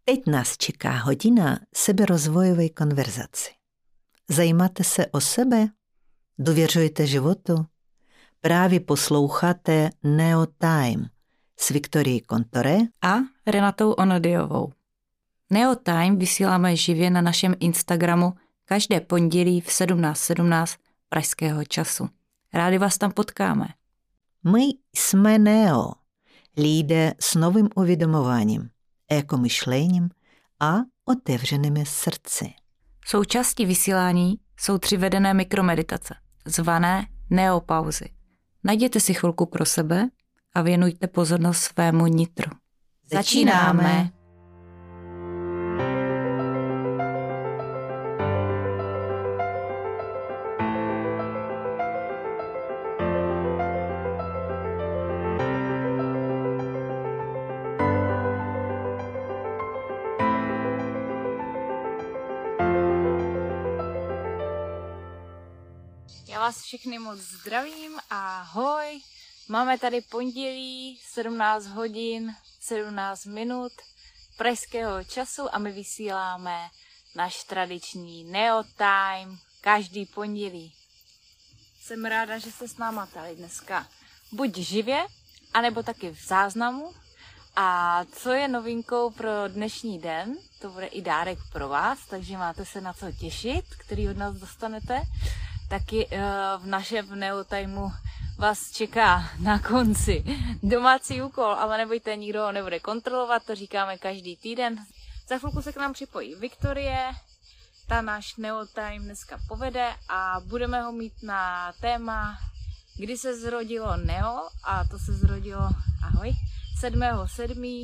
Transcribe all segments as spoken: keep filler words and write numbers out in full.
Teď nás čeká hodina seberozvojové konverzaci. Zajímáte se o sebe? Důvěřujete životu? Právě posloucháte Neo Time s Viktorií Kontore a Renatou Onodiovou. Neo Time vysíláme živě na našem Instagramu každé pondělí v sedmnáct sedmnáct pražského času. Rádi vás tam potkáme. My jsme Neo, lidé s novým uvědomováním, ekomyšlením a otevřenými srdci. Součástí vysílání jsou tři vedené mikromeditace, zvané neopauzy. Najděte si chvilku pro sebe a věnujte pozornost svému nitru. Začínáme! Já vás všechny moc zdravím, ahoj. Máme tady pondělí, sedmnáct hodin, sedmnáct minut pražského času a my vysíláme náš tradiční Neo Time každý pondělí. Jsem ráda, že jste s náma tady dneska buď živě, anebo taky v záznamu. A co je novinkou pro dnešní den, to bude i dárek pro vás, takže máte se na co těšit, který od nás dostanete. Taky v našem Neotimeu vás čeká na konci domácí úkol, ale nebojte, nikdo ho nebude kontrolovat, to říkáme každý týden. Za chvilku se k nám připojí Viktorie, ta náš Neotime dneska povede a budeme ho mít na téma, kdy se zrodilo Neo, a to se zrodilo, ahoj, sedmého sedmého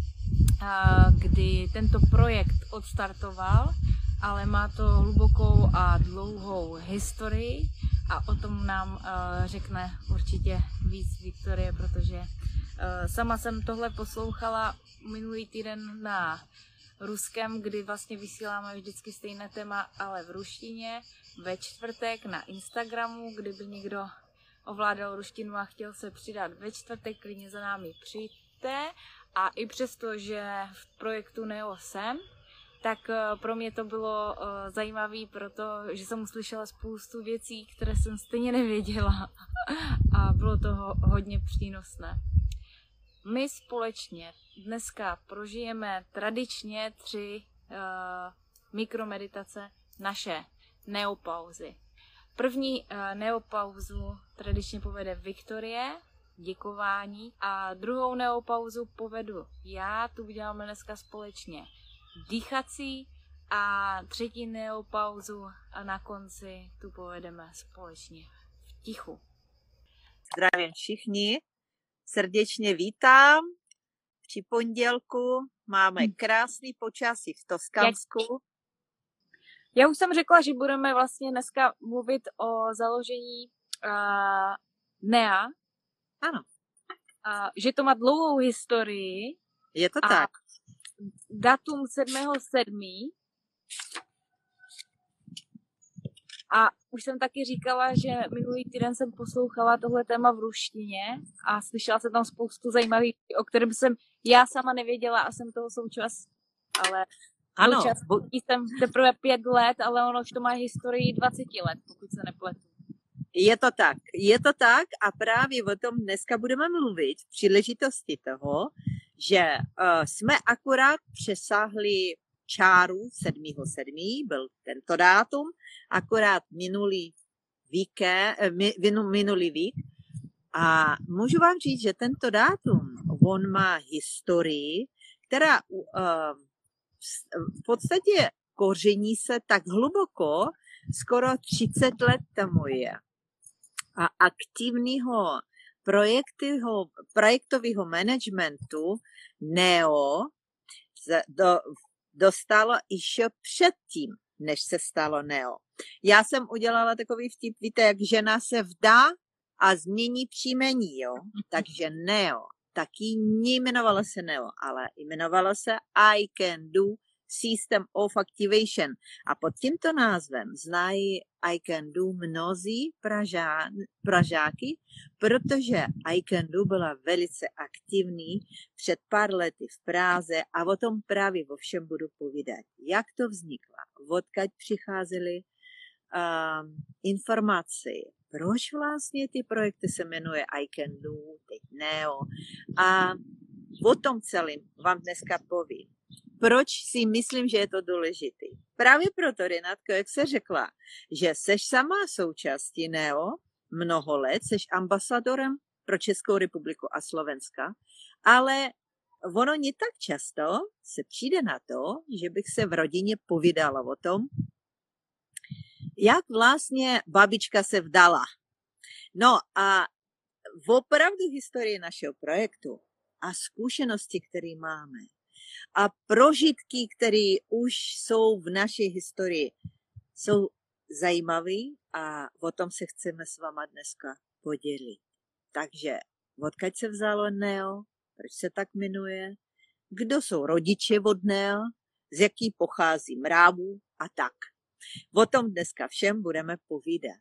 kdy tento projekt odstartoval, ale má to hlubokou a dlouhou historii a o tom nám uh, řekne určitě víc Viktorie, protože uh, sama jsem tohle poslouchala minulý týden na ruském, kdy vlastně vysíláme vždycky stejné téma, ale v ruštině, ve čtvrtek na Instagramu, kdyby někdo ovládal ruštinu a chtěl se přidat ve čtvrtek, klidně za námi přijďte. A i přesto, že v projektu Neo jsem, tak pro mě to bylo zajímavé, protože jsem uslyšela spoustu věcí, které jsem stejně nevěděla a bylo to hodně přínosné. My společně dneska prožijeme tradičně tři uh, mikromeditace, naše neopauzy. První uh, neopauzu tradičně povede Viktorie, děkování, a druhou neopauzu povedu já, tu uděláme dneska společně dýchací, a třetí neopauzu a na konci tu povedeme společně v tichu. Zdravím všichni, srdečně vítám. Při pondělku máme krásný počasí v Toskansku. Já už jsem řekla, že budeme vlastně dneska mluvit o založení uh, Nea. Ano. Uh, že to má dlouhou historii. Je to tak. Datum sedmého sedmého A už jsem taky říkala, že minulý týden jsem poslouchala tohle téma v ruštině a slyšela jsem tam spoustu zajímavých, o kterém jsem já sama nevěděla a jsem toho součas, ale ano, součas jsem teprve pět let, ale ono už to má historii dvacet let, pokud se nepletu. Je to tak, je to tak a právě o tom dneska budeme mluvit v příležitosti toho, že uh, jsme akorát přesáhli čáru sedmého sedmého byl tento dátum, akorát minulý víke, minulý vík. A můžu vám říct, že tento dátum, on má historii, která uh, v podstatě koření se tak hluboko, skoro třicet let tomu je. A aktivního projektového, projektového managementu Neo do, dostalo ještě předtím, než se stalo Neo. Já jsem udělala takový vtip, víte, jak žena se vdá a změní příjmení, jo? Takže Neo, taky nejmenovalo se Neo, ale jmenovalo se I Can Do System of Activation. A pod tímto názvem znají I Can Do mnozí Pražá, Pražáky, protože I Can Do byla velice aktivní před pár lety v Praze a o tom právě o všem budu povídat. Jak to vzniklo, odkud přicházely um, informace, proč vlastně ty projekty se jmenuje I Can Do, teď Neo a o tom celém vám dneska povím. Proč si myslím, že je to důležité? Právě proto, Renátko, jak se řekla, že seš sama součástí Neo mnoho let, seš ambasadorem pro Českou republiku a Slovenska, ale ono nie tak často se přijde na to, že bych se v rodině povídala o tom, jak vlastně babička se vdala. No a opravdu historie našeho projektu a zkušenosti, které máme, a prožitky, které už jsou v naší historii, jsou zajímavé a o tom se chceme s váma dneska podělit. Takže odkud se vzalo Neo, proč se tak jmenuje, kdo jsou rodiče od Neo, z jaký pochází mrávu a tak. O tom dneska všem budeme povídat.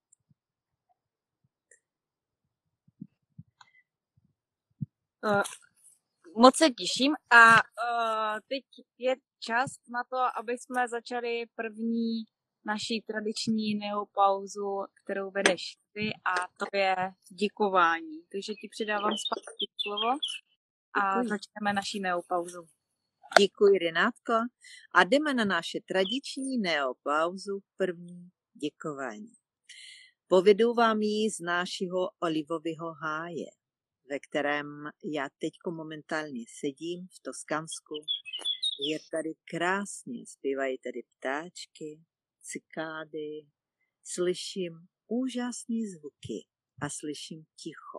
Uh. Moc se těším a uh, teď je čas na to, aby jsme začali první naší tradiční neopauzu, kterou vedeš ty a to je děkování. Takže ti předávám zpátky slovo a Děkuji. Začneme naší neopauzu. Děkuji, Renátko. A jdeme na naše tradiční neopauzu první děkování. Povedu vám ji z našeho olivového háje, ve kterém já teďko momentálně sedím v Toskansku. Je tady krásně, zpívají tady ptáčky, cikády, slyším úžasné zvuky a slyším ticho.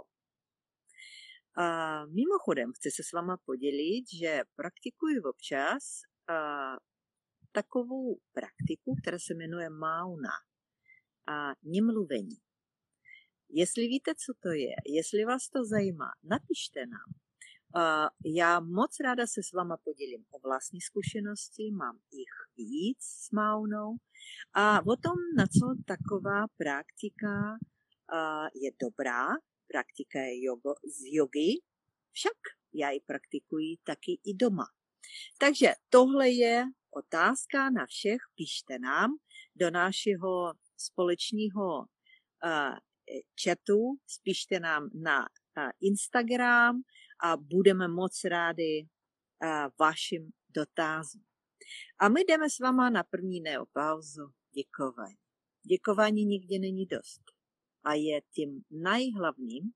A mimochodem chci se s váma podělit, že praktikuji občas a, takovou praktiku, která se jmenuje Mauna a nemluvení. Jestli víte, co to je, jestli vás to zajímá, napište nám. Uh, já moc ráda se s váma podělím o vlastní zkušenosti, mám jich víc s Maunou a o tom, na co taková praktika uh, je dobrá. Praktika je jogo, z jogy, však já ji praktikuji taky i doma. Takže tohle je otázka na všech, pište nám do našeho společného uh, chatu, spište nám na Instagram a budeme moc rádi vašim dotazům. A my jdeme s váma na první neopauzu děkování. Děkování nikdy není dost a je tím nejhlavním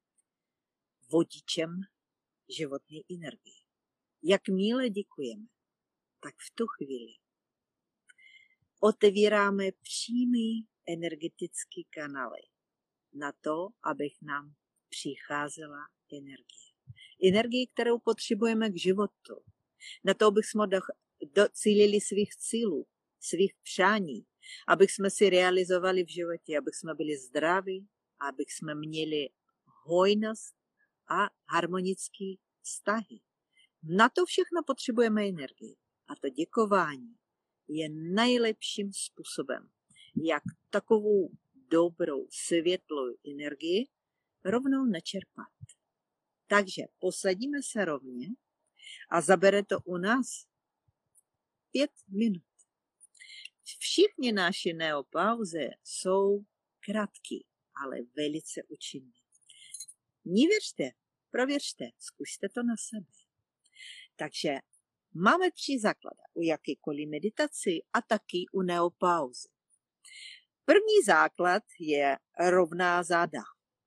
vodičem životní energie. Jakmile děkujeme, tak v tu chvíli otevíráme přímý energetický kanály na to, abych nám přicházela energie. Energie, kterou potřebujeme k životu. Na to, abych jsme docílili svých cílů, svých přání, abych jsme si realizovali v životě, abych jsme byli zdraví, abych jsme měli hojnost a harmonické vztahy. Na to všechno potřebujeme energii. A to děkování je nejlepším způsobem, jak takovou dobrou, světlou energii rovnou načerpat. Takže posadíme se rovně a zabere to u nás pět minut. Všichni naše neopauzy jsou krátké, ale velice účinné. Nevěřte, prověřte, zkuste to na sebe. Takže máme tři základy u jakékoliv meditaci a taky u neopauzy. První základ je rovná záda.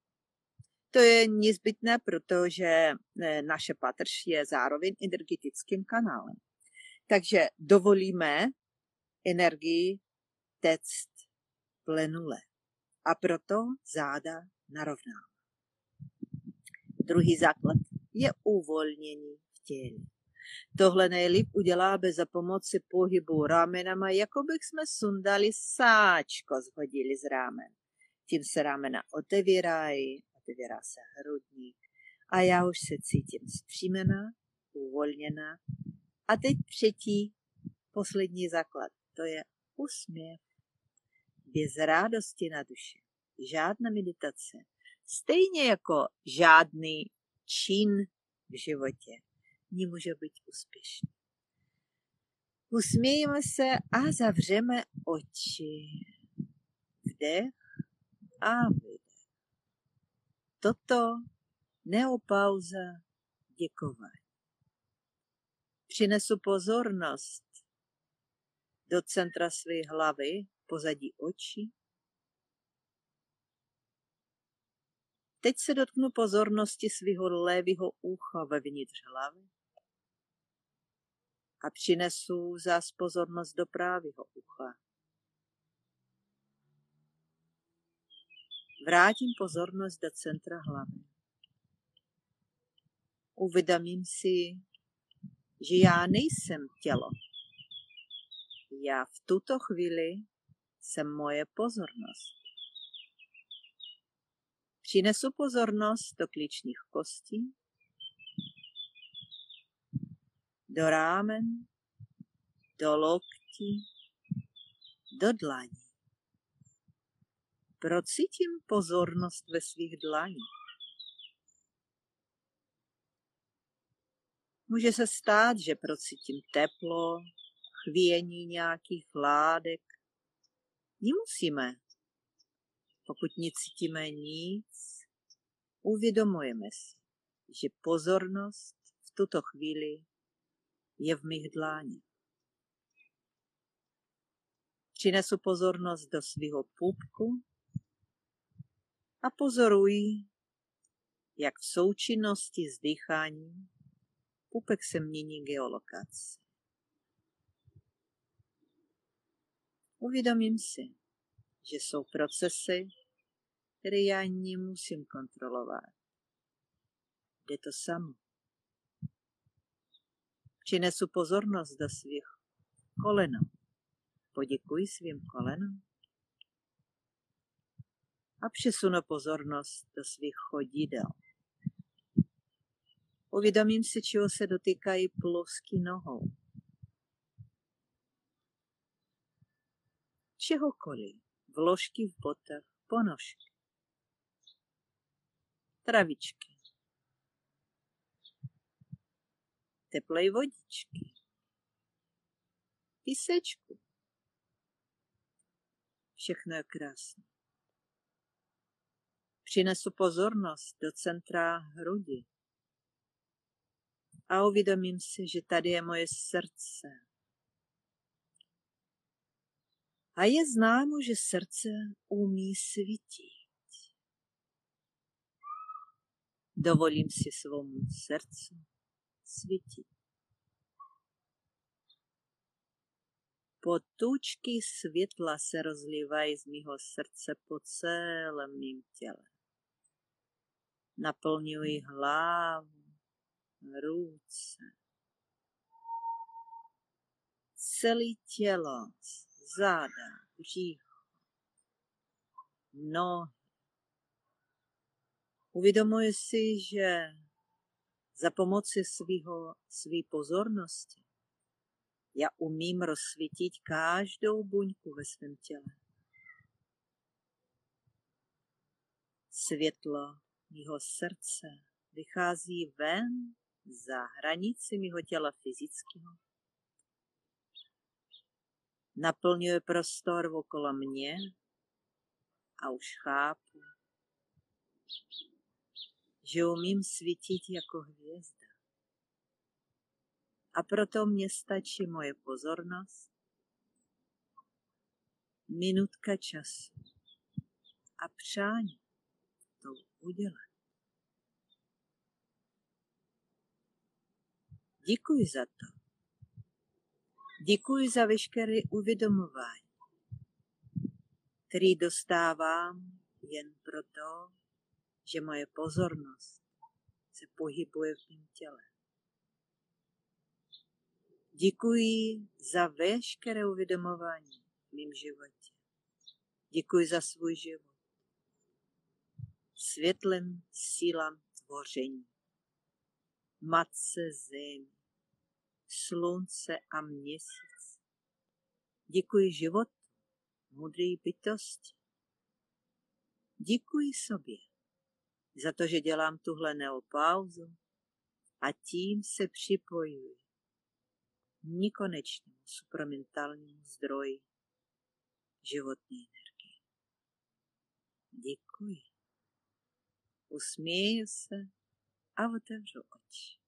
To je nezbytné, protože naše patrž je zároveň energetickým kanálem. Takže dovolíme energii téct plynule. A proto záda narovnáme. Druhý základ je uvolnění v těle. Tohle nejlíp uděláme za pomoci pohybu ramenama, jako bych jsme sundali sáčko, zhodili z rámen. Tím se ramena otevírají, otevírá se hrudník a já už se cítím zpříjmená, uvolněná. A teď třetí poslední základ, to je úsměv. Bez rádosti na duši. Žádná meditace. Stejně jako žádný čin v životě nemůže být úspěšný. Usmějeme se a zavřeme oči. Vdech a vydech. Toto neopauza děkování. Přinesu pozornost do centra své hlavy, pozadí očí. Teď se dotknu pozornosti svého levého ucha vevnitř hlavy a přinesu zás pozornost do pravého ucha. Vrátím pozornost do centra hlavy. Uvědomím si, že já nejsem tělo. Já v tuto chvíli jsem moje pozornost. Přinesu pozornost do klíčních kostí, do rámen, do loktí, do dlaní. Procítím pozornost ve svých dlaních. Může se stát, že procítím teplo, chvění nějakých látek. Nemusíme. Pokud necítíme nic, uvědomujeme si, že pozornost v tuto chvíli je v mých dláních. Přinesu pozornost do svého pupku a pozoruji, jak v součinnosti s dýcháním pupek se mění geolokace. Uvědomím si, že jsou procesy, které já nemusím kontrolovat. Jde to samo. Přinesu pozornost do svých kolenů. Poděkuji svým kolenům a přesunu pozornost do svých chodidel. Uvědomím si, čeho se dotýkají plosky nohou. Čehokoliv, vložky v botách, ponožky, travičky, teplé vodičky, písečku. Všechno je krásné. Přinesu pozornost do centra hrudi a uvědomím si, že tady je moje srdce. A je známo, že srdce umí svítit. Dovolím si svému srdcu svítit. Potůčky světla se rozlívají z mého srdce po celém mým těle. Naplňují hlavu, ruce, celé tělo, záda, břicho, nohy. Uvědomuji si, že za pomoci svého, své pozornosti já umím rozsvítit každou buňku ve svém těle. Světlo mého srdce vychází ven za hranici mého těla fyzického. Naplňuje prostor okolo mě a už chápu, že umím svítit jako hvězda. A proto mě stačí moje pozornost, minutka času a přání to udělat. Děkuji za to. Děkuji za veškeré uvědomování, které dostávám jen proto, že moje pozornost se pohybuje v mém těle. Děkuji za veškeré uvědomování v mém životě. Děkuji za svůj život. Světlem sílám tvoření. Matce zemi, slunce a měsíc Děkuji životu, moudré bytosti. Děkuji sobě za to, že dělám tuhle neopauzu a tím se připojuji k nekonečnému supramentálnímu zdroji životní energie. Děkuji. Usměju se a otevřu oči.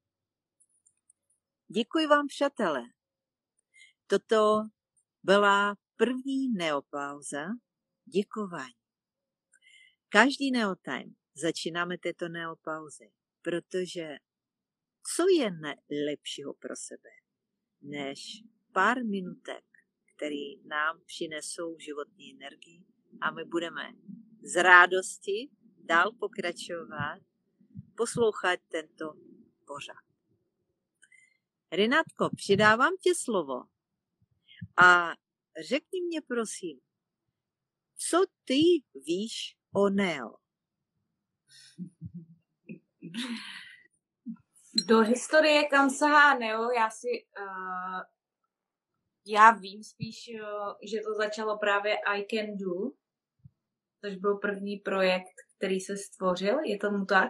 Děkuji vám, přátelé. Toto byla první neopauza děkování. Každý neotime začínáme této neopauzy, protože co je lepšího pro sebe, než pár minutek, které nám přinesou životní energii a my budeme z rádosti dál pokračovat, poslouchat tento pořad. Renátko, přidávám ti slovo a řekni mě prosím, co ty víš o Neo? Do historie, kam sahá Neo, já si uh, já vím spíš, uh, že to začalo právě I Can Do, což byl první projekt, který se stvořil, je tomu tak?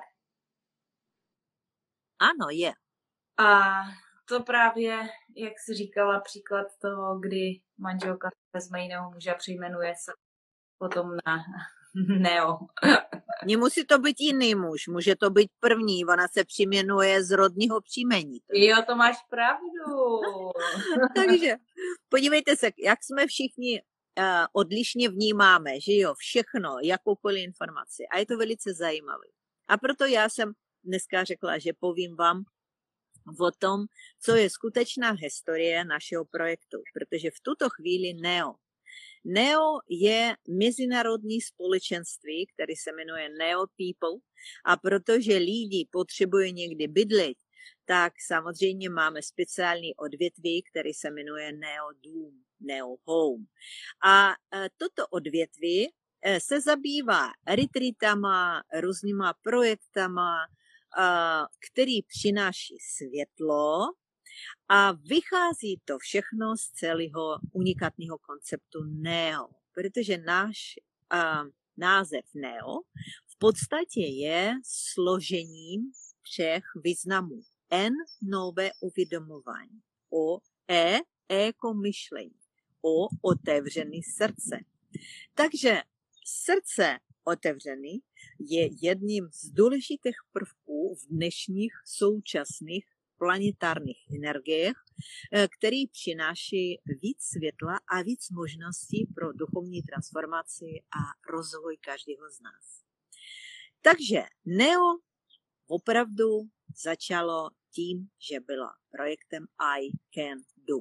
Ano, je. A to právě, jak jsi říkala, příklad toho, kdy manželka vezme jiného muže a přejmenuje se potom na Neo. Nemusí to být jiný muž, může to být první, ona se přiměnuje z rodního příjmení. Jo, to máš pravdu. Takže podívejte se, jak jsme všichni uh, odlišně vnímáme, že jo, všechno, jakoukoliv informaci. A je to velice zajímavé. A proto já jsem dneska řekla, že povím vám o tom, co je skutečná historie našeho projektu, protože v tuto chvíli Neo. Neo je mezinárodní společenství, které se jmenuje Neo People, a protože lidi potřebují někdy bydlet, tak samozřejmě máme speciální odvětví, které se jmenuje Neo Doom, Neo Home. A toto odvětví se zabývá retreatama, různýma projektama, který přináší světlo, a vychází to všechno z celého unikátního konceptu Neo, protože náš uh, název Neo v podstatě je složením třech významů. N, nové uvědomování. O, E, jako myšlení. O, otevřený srdce. Takže srdce otevřený je jedním z důležitých prvků v dnešních současných planetárních energiích, který přináší víc světla a víc možností pro duchovní transformaci a rozvoj každého z nás. Takže Neo opravdu začalo tím, že bylo projektem I Can Do.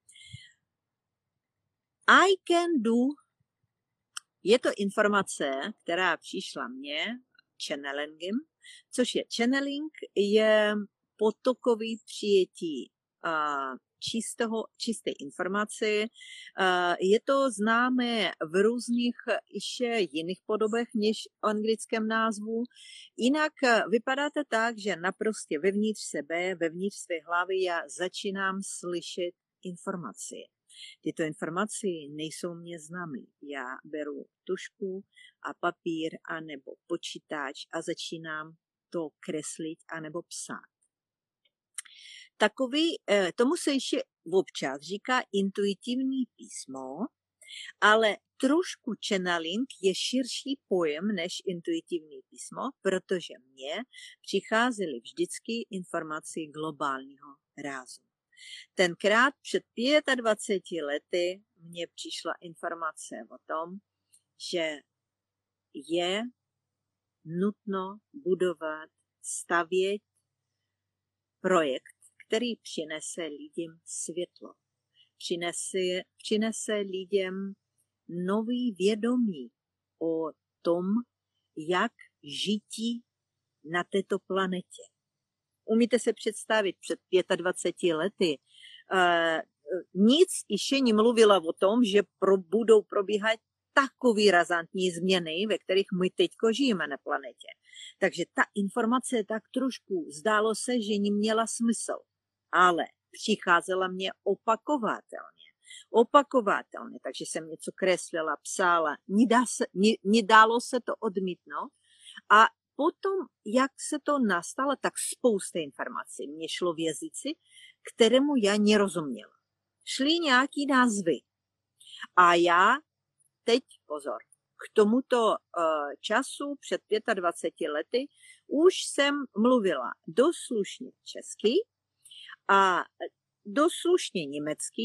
I Can Do je to informace, která přišla mně channelingem, což je channeling, je potokový přijetí uh, čistého, čisté informace. Uh, je to známé v různých ještě jiných podobech než v anglickém názvu. Jinak uh, vypadá to tak, že naprosto vevnitř sebe, vevnitř své hlavy já začínám slyšet informace. Tyto informace nejsou mě známé. Já beru tužku a papír anebo počítač a začínám to kreslit anebo psát. Takový, tomu se ještě občas říká intuitivní písmo, ale trošku channeling je širší pojem než intuitivní písmo, protože mně přicházely vždycky informace globálního rázu. Tenkrát před dvaceti pěti lety mně přišla informace o tom, že je nutno budovat, stavět projekt, který přinese lidem světlo. Přinese, přinese lidem nový vědomí o tom, jak žití na této planetě. Umíte se představit před dvaceti pěti lety, uh, nic ještě nemluvila o tom, že pro, budou probíhat takové razantní změny, ve kterých my teďko žijeme na planetě. Takže ta informace tak trošku zdálo se, že neměla smysl, ale přicházela mě opakovatelně. opakovatelné, takže jsem něco kreslila, psala, nedá se, ne, nedalo se to odmítnout. A potom, jak se to nastalo, tak spousta informací mě šlo v jazyci, kterému já nerozuměla. Šly nějaký názvy. A já teď, pozor, k tomuto uh, času před dvaceti pěti lety už jsem mluvila doslušně česky a doslušně německy,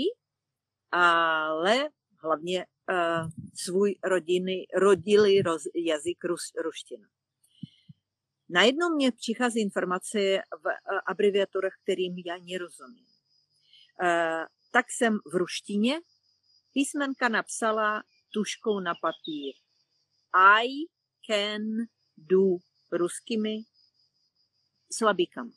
ale hlavně uh, svůj rodiny, rodilý roz, jazyk rus, ruština. Najednou mě přichází informace v uh, abreviaturách, kterým já nerozumím. Uh, tak jsem v ruštině písmenka napsala tuškou na papír. I can do ruskými slabíkami.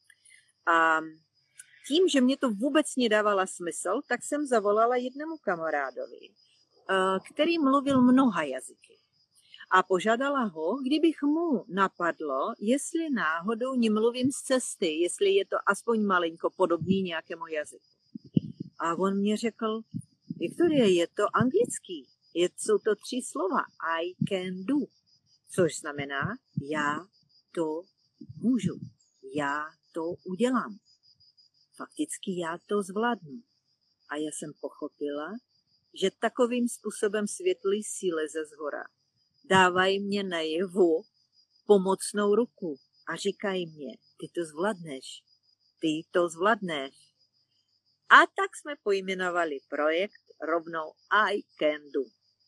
A tím, že mě to vůbec nedávalo smysl, tak jsem zavolala jednomu kamarádovi, který mluvil mnoha jazyky. A požádala ho, kdybych mu napadlo, jestli náhodou nemluvím z cesty, jestli je to aspoň malinko podobný nějakému jazyku. A on mě řekl, Viktorie, je to anglický, je, jsou to tři slova, I can do, což znamená, já to můžu, já to udělám. Fakticky já to zvládnu. A já jsem pochopila, že takovým způsobem světlý síly ze zhora dávají mě najevu pomocnou ruku a říkají mě, ty to zvládneš, ty to zvládneš. A tak jsme pojmenovali projekt rovnou I can do.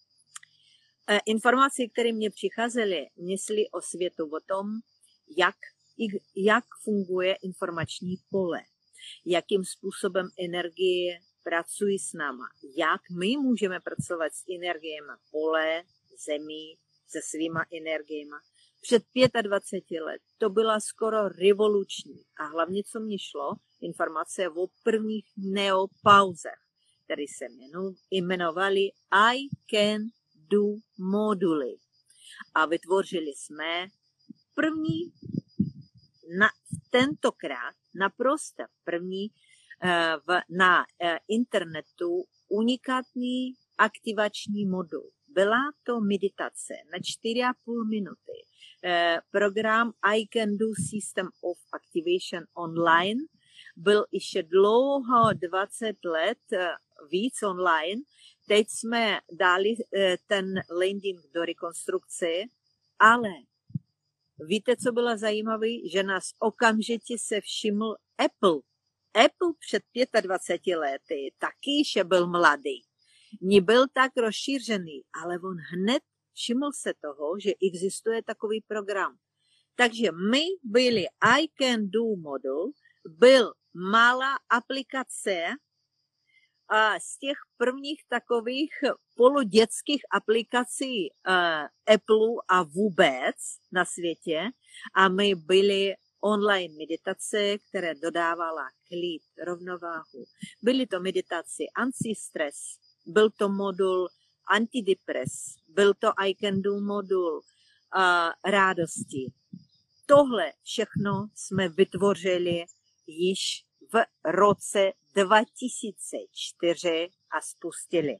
Informace, které mě přicházely, nesly o světu o tom, jak, jak funguje informační pole, jakým způsobem energie pracují s náma, jak my můžeme pracovat s energiemi pole, zemí, se svýma energiemi. Před dvaceti pěti let to byla skoro revoluční a hlavně, co mě šlo, informace o prvních neopauzech, které se jmenovaly I can do moduly. A vytvořili jsme první, na, tentokrát naprosto první uh, v, na uh, internetu unikátní aktivační modul. Byla to meditace na čtyři a půl minuty. Uh, program I can do System of Activation online byl ještě dlouho dvacet let uh, víc online. Teď jsme dali uh, ten landing do rekonstrukce, ale víte, co bylo zajímavé? Že nás okamžitě se všiml Apple. Apple před dvaceti pěti lety taky ještě byl mladý. Nebyl tak rozšířený, ale on hned všiml se toho, že existuje takový program. Takže my byli I can do modul, byl malá aplikace a z těch prvních takových polodětských aplikací uh, Apple a vůbec na světě. A my byli online meditace, které dodávala klid, rovnováhu. Byly to meditace anti-stress, byl to modul antidepres, byl to I can do modul uh, rádosti. Tohle všechno jsme vytvořili již v roce dva tisíce čtyři a spustili.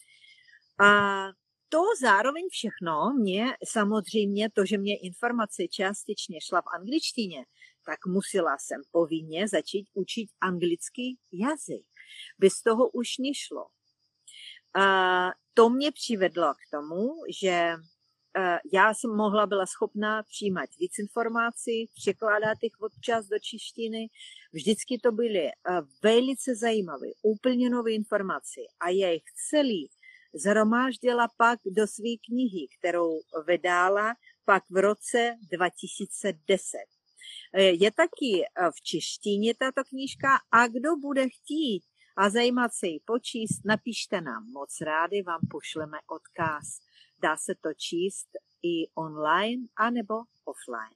A to zároveň všechno mě, samozřejmě to, že mě informace částečně šla v angličtině, tak musela jsem povinně začít učit anglický jazyk. Bez toho už nešlo. A to mě přivedlo k tomu, že já jsem mohla byla schopná přijímat víc informací, překládat jich občas do češtiny. Vždycky to byly velice zajímavé, úplně nové informace a já jich celý zhromáždila pak do své knihy, kterou vydala pak v roce dva tisíce deset. Je taky v češtině tato knížka a kdo bude chtít a zajímat se ji počíst, napište nám. Moc rádi vám pošleme odkaz. Dá se to číst i online, anebo offline.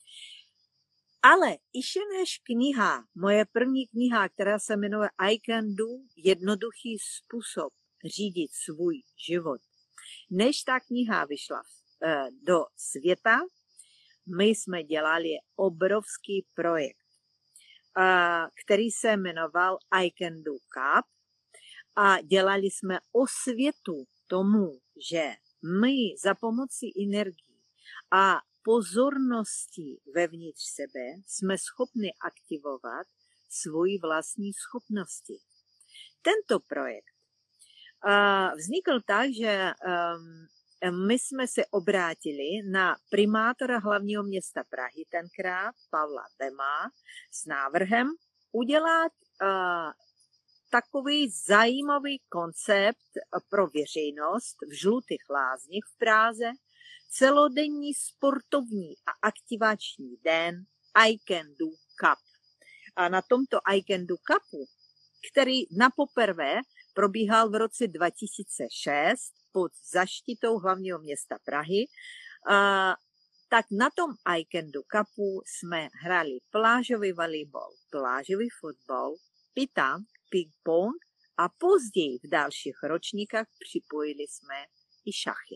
Ale ještě než kniha, moje první kniha, která se jmenuje I can do, jednoduchý způsob řídit svůj život. Než ta kniha vyšla uh, do světa, my jsme dělali obrovský projekt, uh, který se jmenoval I can do Cup a dělali jsme osvětu tomu, že my za pomocí energií a pozornosti vevnitř sebe jsme schopni aktivovat svoji vlastní schopnosti. Tento projekt uh, vznikl tak, že um, my jsme se obrátili na primátora hlavního města Prahy tenkrát, Pavla Dema, s návrhem udělat uh, takový zajímavý koncept pro veřejnost v Žlutých lázních v Praze, celodenní sportovní a aktivační den I Can Do Cup. A na tomto I Can Do Cupu, který napoprvé probíhal v roce dva tisíce šest pod zaštitou hlavního města Prahy, a, tak na tom I Can Do Cupu jsme hráli plážový volejbal, plážový fotbal, pitang, ping-pong a později v dalších ročníkách připojili jsme i šachy.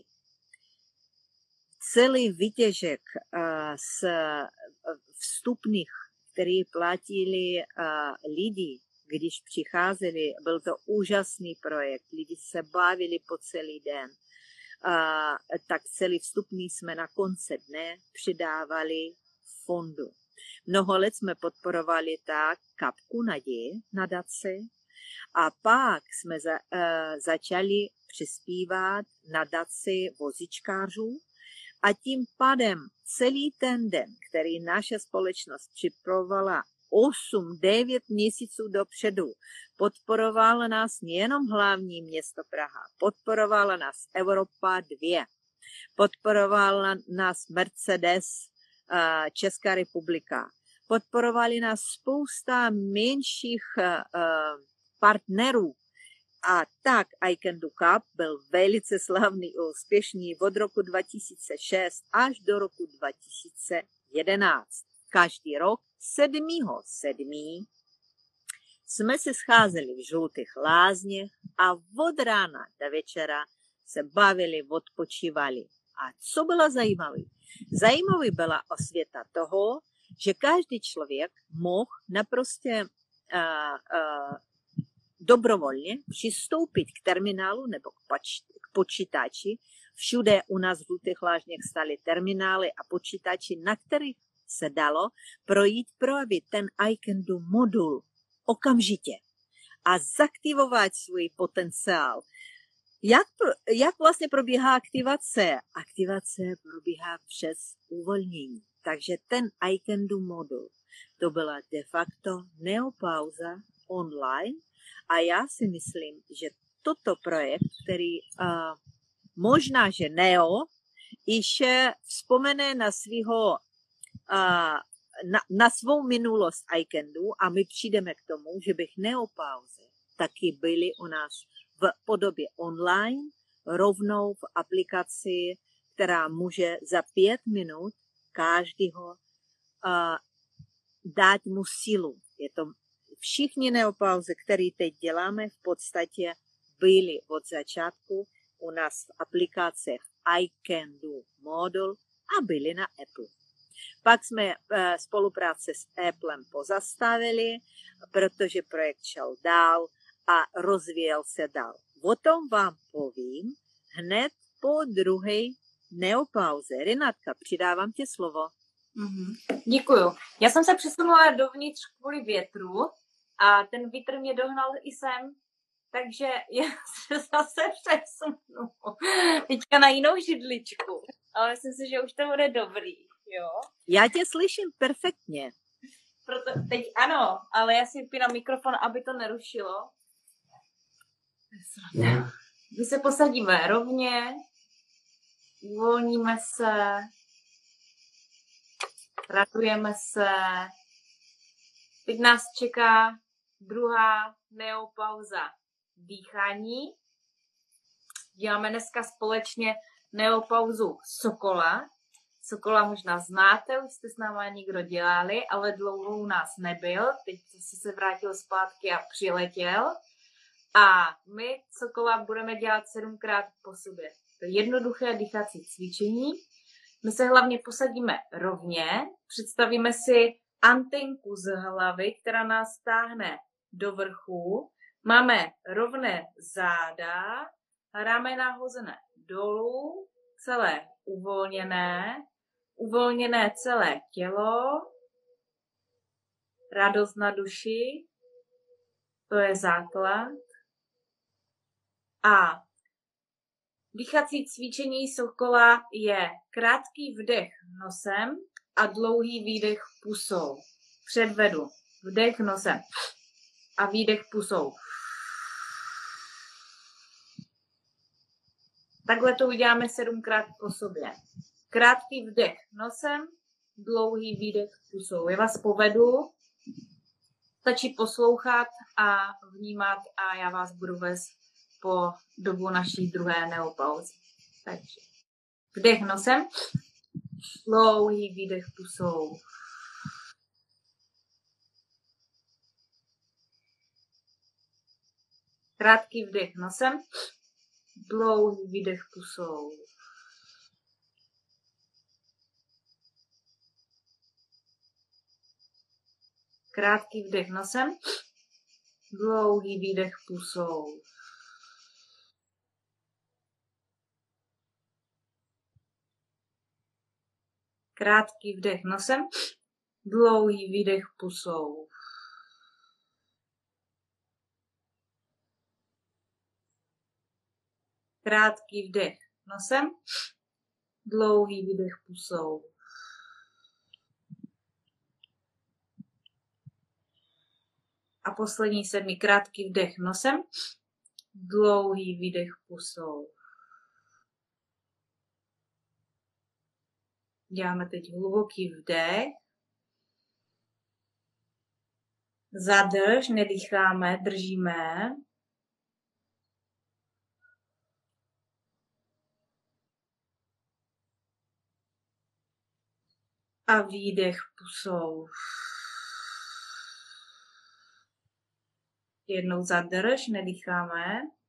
Celý výtěžek uh, z vstupných, který platili uh, lidi, když přicházeli, byl to úžasný projekt, lidi se bavili po celý den, uh, tak celý vstupný jsme na konci dne přidávali fondu. Mnoho let jsme podporovali tak Kapku naděje nadace a pak jsme za, uh, začali přispívat nadaci vozičkářů a tím pádem celý ten den, který naše společnost připravovala osm devět měsíců dopředu, podporovala nás nejenom hlavní město Praha, podporovala nás Evropa dva, podporovala nás Mercedes, Česká republika. Podporovali nás spousta menších partnerů. A tak I Can Do Cup byl velice slavný a úspěšný od roku dva tisíce šest až do roku dva tisíce jedenáct. Každý rok sedmého sedmého jsme se scházeli v Žlutých lázních a od rána do večera se bavili, odpočívali. A co bylo zajímavé? Zajímavý byla osvěta toho, že každý člověk mohl naprosto uh, uh, dobrovolně přistoupit k terminálu nebo k, pač, k počítači. Všude u nás v Žlutých lázních staly terminály a počítači, na kterých se dalo projít právě ten I Can Do modul okamžitě a zaktivovat svůj potenciál. Jak, jak vlastně probíhá aktivace? Aktivace probíhá přes uvolnění. Takže ten I Can Do modul, to byla de facto neopauza online a já si myslím, že toto projekt, který uh, možná, že Neo, ještě vzpomene na svého uh, na, na svou minulost I Can Do a my přijdeme k tomu, že bych neopauze taky byly u nás v podobě online, rovnou v aplikaci, která může za pět minut každého uh, dát mu sílu. Je to všichni neopauze, které teď děláme, v podstatě byly od začátku u nás v aplikacích I Can Do modul a byly na Apple. Pak jsme uh, spolupráce s Applem pozastavili, protože projekt šel dál a rozvíjel se dál. O tom vám povím hned po druhé neopauze. Renátka, přidávám ti slovo. Mm-hmm. Děkuju. Já jsem se přesunula dovnitř kvůli větru a ten vítr mě dohnal i sem, takže já se zase přesunu. Teďka na jinou židličku. Ale myslím si, že už to bude dobrý. Jo? Já tě slyším perfektně. Proto teď ano, ale já si vypínám mikrofon, aby to nerušilo. My se posadíme rovně, uvolníme se, radujeme se. Teď nás čeká druhá neopauza dýchání. Děláme dneska společně neopauzu Sokola. Sokola možná znáte, už jste s náma někdo dělali, ale dlouho u nás nebyl. Teď se vrátil zpátky a přiletěl. A my Sokola budeme dělat sedmkrát po sobě. To je jednoduché dýchací cvičení. My se hlavně posadíme rovně, představíme si antenku z hlavy, která nás táhne do vrchu. Máme rovné záda, ramena hozené dolů, celé uvolněné, uvolněné celé tělo, radost na duši, to je základ. A dýchací cvičení sokola je krátký vdech nosem a dlouhý výdech pusou. Předvedu vdech nosem a výdech pusou. Takhle to uděláme sedmkrát po sobě. Krátký vdech nosem, dlouhý výdech pusou. Já vás povedu, stačí poslouchat a vnímat a já vás budu vést po dobu naší druhé neopauzy. Takže vdech nosem, dlouhý výdech pusou. Krátký vdech nosem, dlouhý výdech pusou. Krátký vdech nosem, dlouhý výdech pusou. Krátký vdech nosem, dlouhý výdech pusou. Krátký vdech nosem, dlouhý výdech pusou. A poslední sedmý krátký vdech nosem, dlouhý výdech pusou. Děláme teď hluboký vdech. Zadrž, nedýcháme, držíme. A výdech pusou. Jednou zadrž, nedýcháme.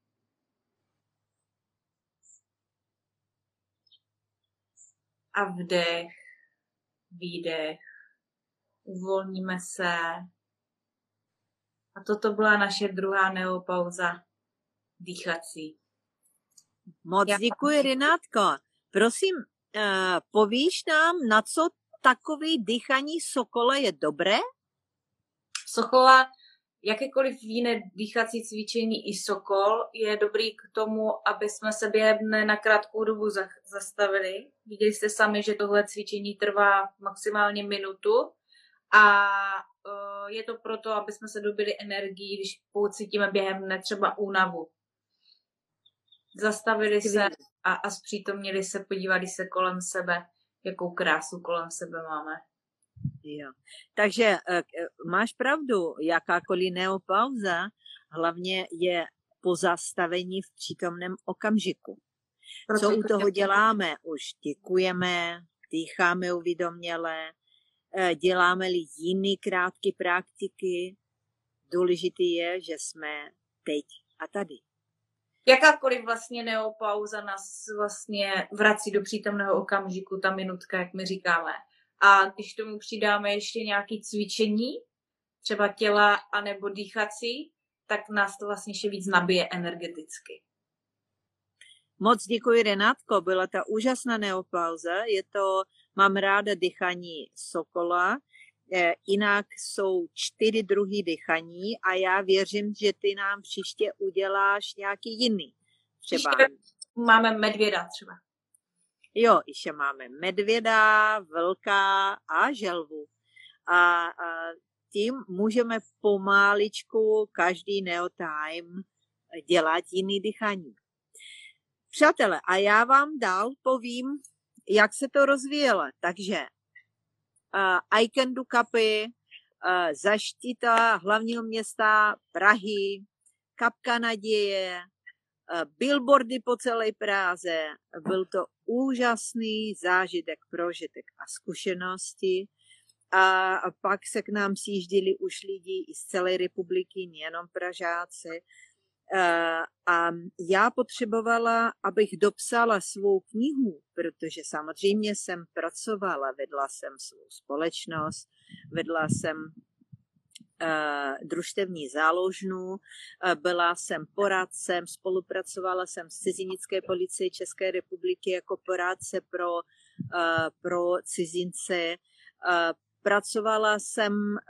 A vdech, výdech. Uvolníme se. A toto byla naše druhá neopauza dýchací. Moc děkuji, Renátko. Prosím, uh, povíš nám, na co takový dýchaní sokola je dobré? Sokola, jakékoliv jiné dýchací cvičení i sokol je dobrý k tomu, aby jsme se během dne na krátkou dobu zastavili. Viděli jste sami, že tohle cvičení trvá maximálně minutu a uh, je to proto, aby jsme se dobili energii, když pocítíme během dne třeba únavu. Zastavili se a, a zpřítomnili se, podívali se kolem sebe, jakou krásu kolem sebe máme. Jo. Takže máš pravdu, jakákoliv neopauza hlavně je pozastavení v přítomném okamžiku. Co u toho děláme? Už děkujeme, dýcháme uvědoměle, děláme-li jiné krátké praktiky. Důležité je, že jsme teď a tady. Jakákoliv vlastně neopauza nás vlastně vrací do přítomného okamžiku, ta minutka, jak my říkáme. A když tomu přidáme ještě nějaké cvičení, třeba těla anebo dýchací, tak nás to vlastně ještě víc nabije energeticky. Moc děkuji, Renátko, byla ta úžasná neopauza. Je to, mám ráda dýchání sokola, e, jinak jsou čtyři druhy dýchaní a já věřím, že ty nám příště uděláš nějaký jiný. Třeba máme medvěda třeba. Jo, ještě máme medvěda, vlka a želvu. A, a tím můžeme pomáličku každý neotime dělat jiný dýchání. Přátelé, a já vám dál povím, jak se to rozvíjelo. Takže uh, Aikendu kapy, uh, zaštita hlavního města Prahy, kapka naděje, uh, billboardy po celé Praze. Byl to úžasný zážitek, prožitek a zkušenosti. A, a pak se k nám sjíždili už lidi i z celé republiky, nejenom Pražáci. A já potřebovala, abych dopsala svou knihu, protože samozřejmě jsem pracovala, vedla jsem svou společnost, vedla jsem družstevní záložnu, byla jsem poradcem, spolupracovala jsem s cizinecké policií České republiky jako poradce pro, pro cizince. Pracovala jsem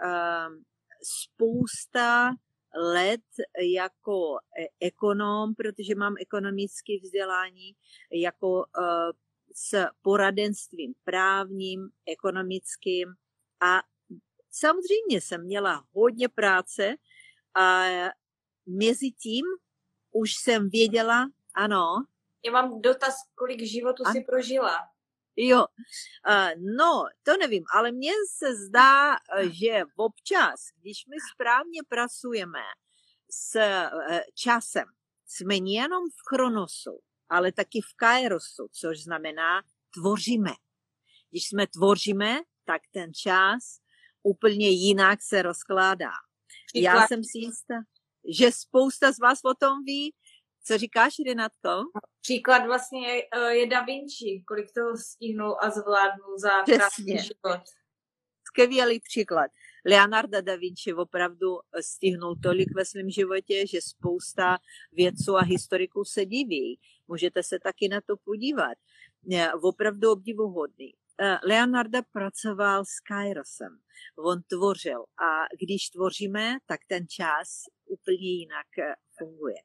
spousta let jako ekonom, protože mám ekonomické vzdělání, jako s poradenstvím právním, ekonomickým a samozřejmě jsem měla hodně práce a mezi tím už jsem věděla, ano. Já mám dotaz, kolik životů An... jsi prožila? Jo, no, to nevím, ale mně se zdá, že občas, když my správně pracujeme s časem, jsme nejenom v chronosu, ale taky v kairosu, což znamená tvoříme. Když jsme tvoříme, tak ten čas úplně jinak se rozkládá. Příklad. Já jsem si jistá, že spousta z vás o tom ví. Co říkáš, Renátko? Příklad vlastně je Da Vinci, kolik toho stihnul a zvládnul za krátký život. Skvělý příklad. Leonardo da Vinci opravdu stihnul tolik ve svém životě, že spousta vědců a historiků se diví. Můžete se taky na to podívat. Opravdu obdivuhodný. Leonardo pracoval s kairosem. On tvořil a když tvoříme, tak ten čas úplně jinak funguje.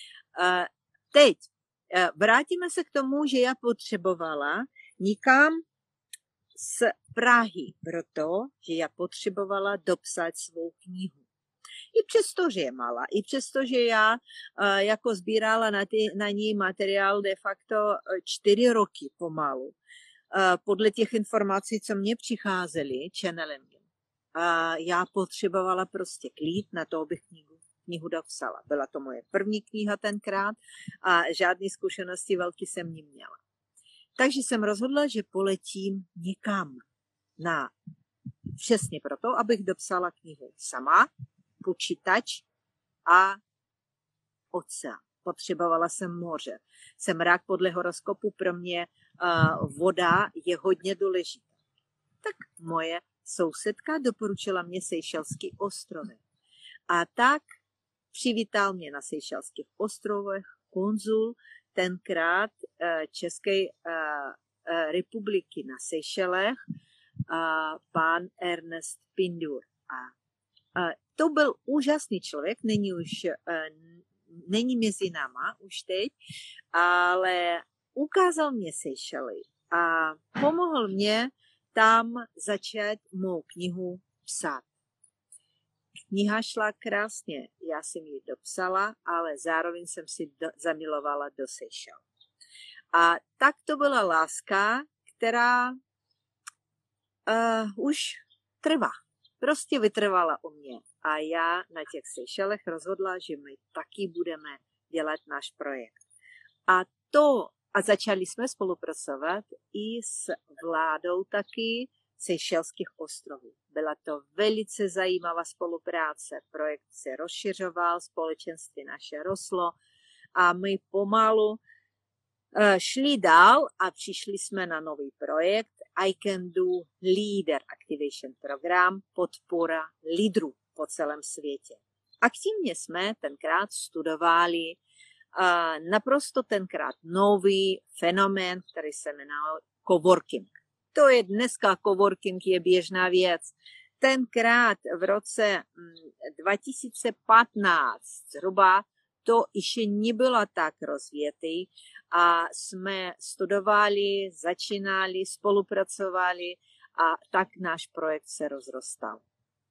Teď vrátíme se k tomu, že já potřebovala nikam z Prahy, protože já potřebovala dopsat svou knihu. I přesto, že je malá, i přesto, že já jako sbírala na, ty, na ní materiál de facto čtyři roky pomalu, podle těch informací, co mě přicházely channelem. A já potřebovala prostě klid na to, abych knihu, knihu dopsala. Byla to moje první kniha tenkrát a žádné zkušenosti velké jsem neměla. Takže jsem rozhodla, že poletím někam na přesně proto, abych dopsala knihu sama, počítač a oceán. Potřebovala jsem moře. Jsem rák podle horoskopu, pro mě uh, voda je hodně důležitá. Tak moje sousedka doporučila mě Seychelské ostrovy. A tak přivítal mě na Seychelských ostrovech konzul tenkrát uh, České uh, uh, republiky na Seychelech, uh, pán Ernest Pindur. A uh, to byl úžasný člověk, není už uh, není mezi náma už teď, ale ukázal mě Seychely a pomohl mě tam začít mou knihu psát. Kniha šla krásně, já jsem ji dopsala, ale zároveň jsem si do, zamilovala do Seychel. A tak to byla láska, která uh, už trvá. Prostě vytrvala u mě. A já na těch Seychelech rozhodla, že my taky budeme dělat náš projekt. A to, a začali jsme spolupracovat i s vládou taky Seychelských ostrovů. Byla to velice zajímavá spolupráce. Projekt se rozšiřoval, společenství naše rostlo a my pomalu uh, šli dál a přišli jsme na nový projekt I Can Do Leader Activation Program, podpora lídrů po celém světě. Aktivně jsme tenkrát studovali uh, naprosto tenkrát nový fenomén, který se jmenoval coworking. To je dneska coworking je běžná věc. Tenkrát v roce dva tisíce patnáct zhruba to ještě nebylo tak rozvětý a jsme studovali, začínali, spolupracovali a tak náš projekt se rozrostal.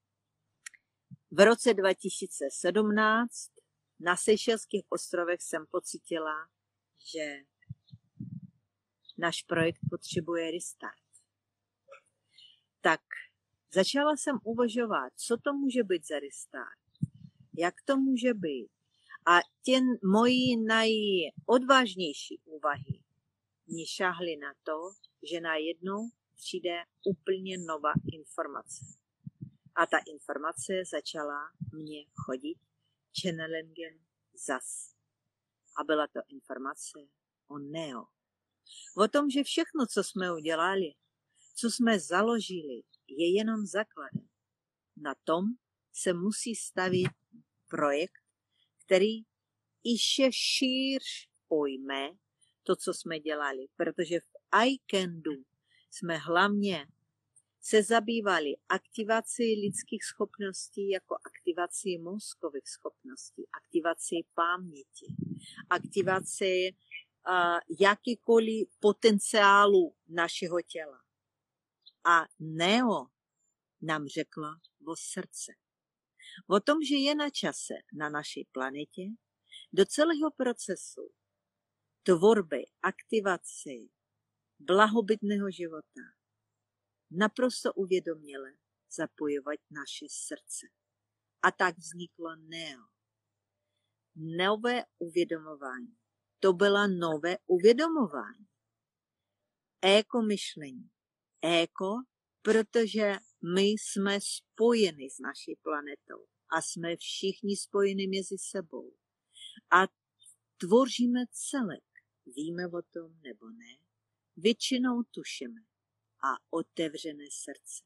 V roce dva tisíce sedmnáct na Seychelských ostrovech jsem pocítila, že náš projekt potřebuje restart. Tak začala jsem uvažovat, co to může být za restart, jak to může být. A těm moji nejodvážnější úvahy mě šáhly na to, že najednou přijde úplně nová informace. A ta informace začala mě chodit channelingem zas. A byla to informace o Neo. O tom, že všechno, co jsme udělali, co jsme založili, je jenom základem. Na tom se musí stavit projekt, který ještě šíř pojme to, co jsme dělali, protože v Aikendu jsme hlavně se zabývali aktivací lidských schopností jako aktivací mozkových schopností, aktivací paměti, aktivací uh, jakýkoliv potenciálu našeho těla. A Neo nám řekla o srdce. O tom, že je na čase na naší planetě do celého procesu tvorby, aktivace blahobytného života naprosto uvědoměle zapojovat naše srdce. A tak vzniklo Neo. Nové uvědomování. To bylo nové uvědomování. Eko myšlení. Eko, protože my jsme spojeni s naší planetou a jsme všichni spojeni mezi sebou. A tvoříme celek. Víme o tom nebo ne? Většinou tušíme. A otevřené srdce.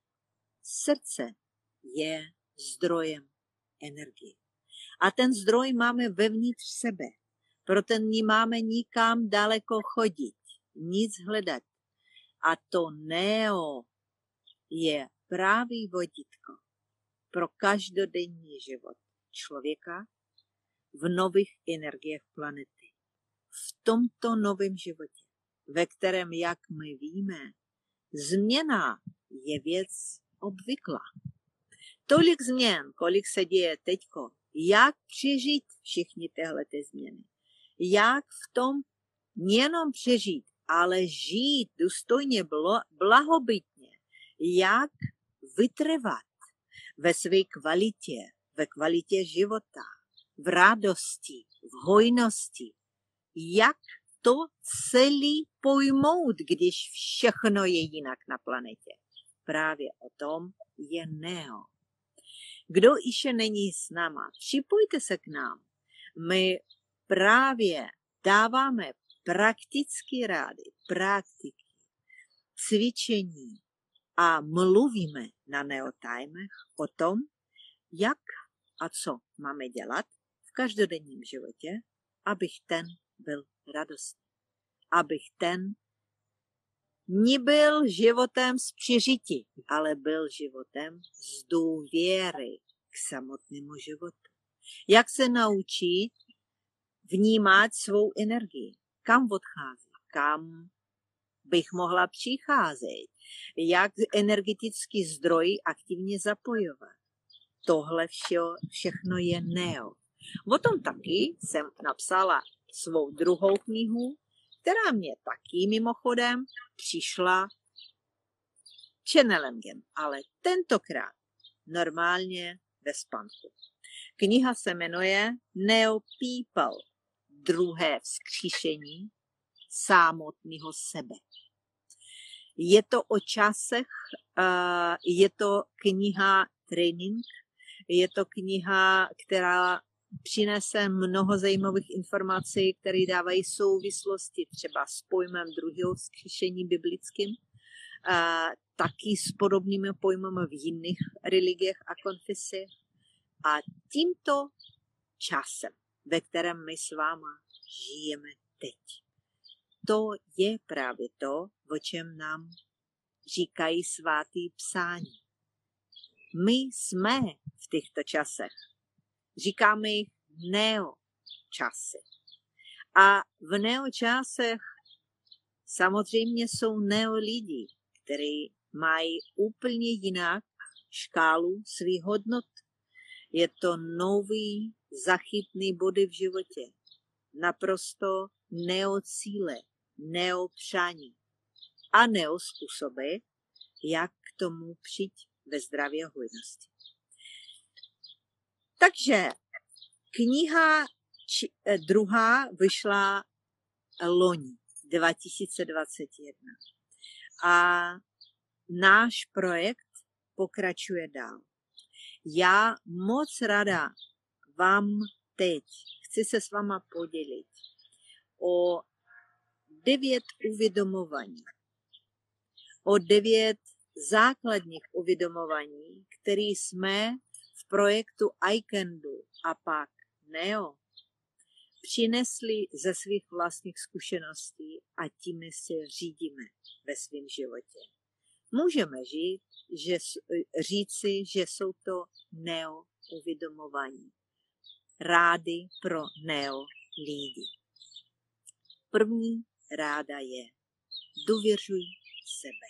Srdce je zdrojem energie. A ten zdroj máme vevnitř sebe. Proto nemáme nikam daleko chodit, nic hledat. A to Neo je právě vodítko pro každodenní život člověka v nových energiích planety. V tomto novém životě, ve kterém, jak my víme, změna je věc obvyklá. Tolik změn, kolik se děje teďko, jak přežít všechny tyhle ty změny. Jak v tom nejenom přežít, ale žít důstojně, blahobytně. Jak vytrvat ve své kvalitě, ve kvalitě života, v radosti, v hojnosti. Jak to celý pojmout, když všechno je jinak na planetě. Právě o tom je Neo. Kdo ještě není s náma, připojte se k nám. My právě dáváme praktické rády, praktiky, cvičení a mluvíme na Neotimech o tom, jak a co máme dělat v každodenním životě, abych ten byl radostný. Abych ten nebyl životem z přežití, ale byl životem z důvěry k samotnému životu. Jak se naučit vnímat svou energii, kam odchází, kam bych mohla přicházet, jak energetický zdroj aktivně zapojovat. Tohle vše, všechno je Neo. O tom taky jsem napsala svou druhou knihu, která mě taky mimochodem přišla channelingem, ale tentokrát normálně ve spánku. Kniha se jmenuje Neo People, druhé vzkříšení samotného sebe. Je to o časech, je to kniha trénink, je to kniha, která přinese mnoho zajímavých informací, které dávají souvislosti třeba s pojmem druhého vzkříšení biblickým, a taky s podobnými pojmy v jiných religiích a konfesích. A tímto časem, ve kterém my s váma žijeme teď, to je právě to, o čem nám říkají svatý psání. My jsme v těchto časech. Říkáme jich neočasy. A v neočasech samozřejmě jsou neolidi, kteří mají úplně jinak škálu svých hodnot. Je to nový zachytný body v životě. Naprosto neocíle, neopřání a neospůsoby, jak k tomu přijít ve zdraví a hojnosti. Takže kniha či, druhá vyšla loni dva tisíce dvacet jedna a náš projekt pokračuje dál. Já moc ráda vám teď chci se s váma podělit o devět uvědomování, o devět základních uvědomování, které jsme v v projektu iCanDo a pak Neo přinesli ze svých vlastních zkušeností a tím se řídíme ve svém životě. Můžeme žít, že, říci, že jsou to neo uvědomování. Rády pro neo lidi. První ráda je důvěřuj sebe.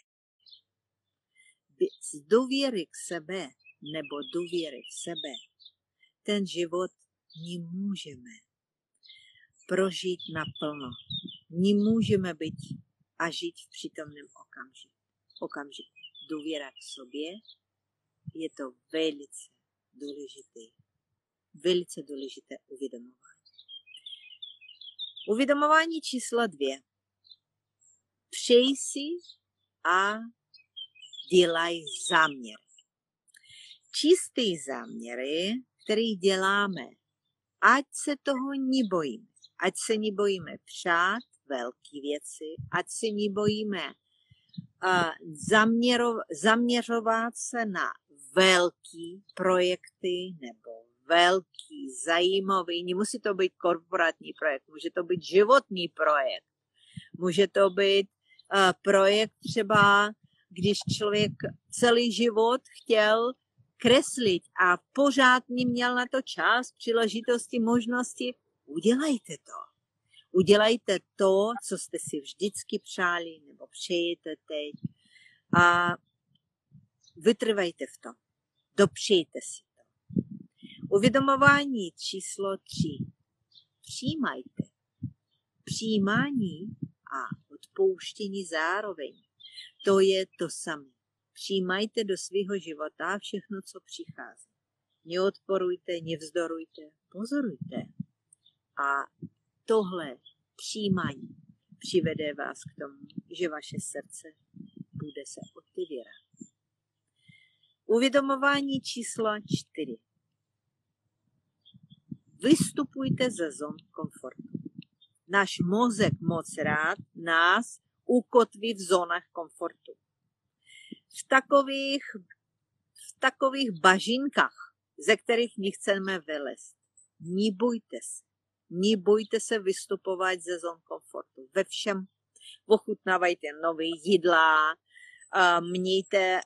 Z důvěry k sebe nebo důvěry v sebe ten život nemůžeme prožít naplno. Nemůžeme být a žít v přítomném okamžiku. okamžiku. Důvěra k sobě je to velice důležité. Velice důležité uvědomování. Uvědomování číslo dvě. Přej si a dělaj záměr. Čistý záměry, který děláme, ať se toho nebojíme. Ať se nebojíme přát velké věci, ať se nebojíme uh, zaměro, zaměřovat se na velké projekty nebo velký, zajímavý, nemusí to být korporátní projekt, může to být životní projekt, může to být uh, projekt třeba, když člověk celý život chtěl kreslit a pořád neměl na to čas, příležitosti, možnosti, udělejte to. Udělejte to, co jste si vždycky přáli nebo přejete teď a vytrvejte v tom. Dopřejte si to. Uvědomování číslo tři. Přijímajte. Přijímání a odpouštění zároveň. To je to samé. Přijímajte do svého života všechno, co přichází. Neodporujte, nevzdorujte, pozorujte. A tohle přijímání přivede vás k tomu, že vaše srdce bude se otevírat. Uvědomování číslo čtyři. Vystupujte ze zón komfortu. Náš mozek moc rád nás ukotví v zónách komfortu. V takových, v takových bažinkách, ze kterých nechceme vylézt. Nebojte se. Nebojte se vystupovat ze zón komfortu. Ve všem ochutnávajte nové jídla, mějte,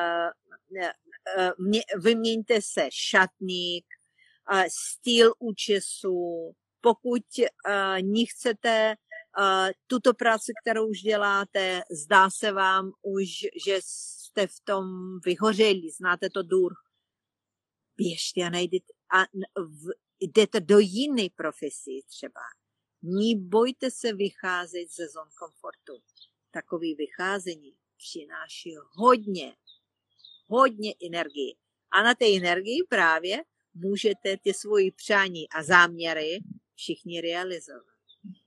vyměňte se šatník, styl účesu. Pokud nechcete tuto práci, kterou už děláte, zdá se vám už, že jste v tom vyhořeli, znáte to dur. Běžte a najdete a v, jdete do jiné profesí třeba. Nebojte se vycházet ze zón komfortu. Takové vycházení přináší hodně, hodně energie. A na té energii právě můžete ty svoje přání a záměry všichni realizovat.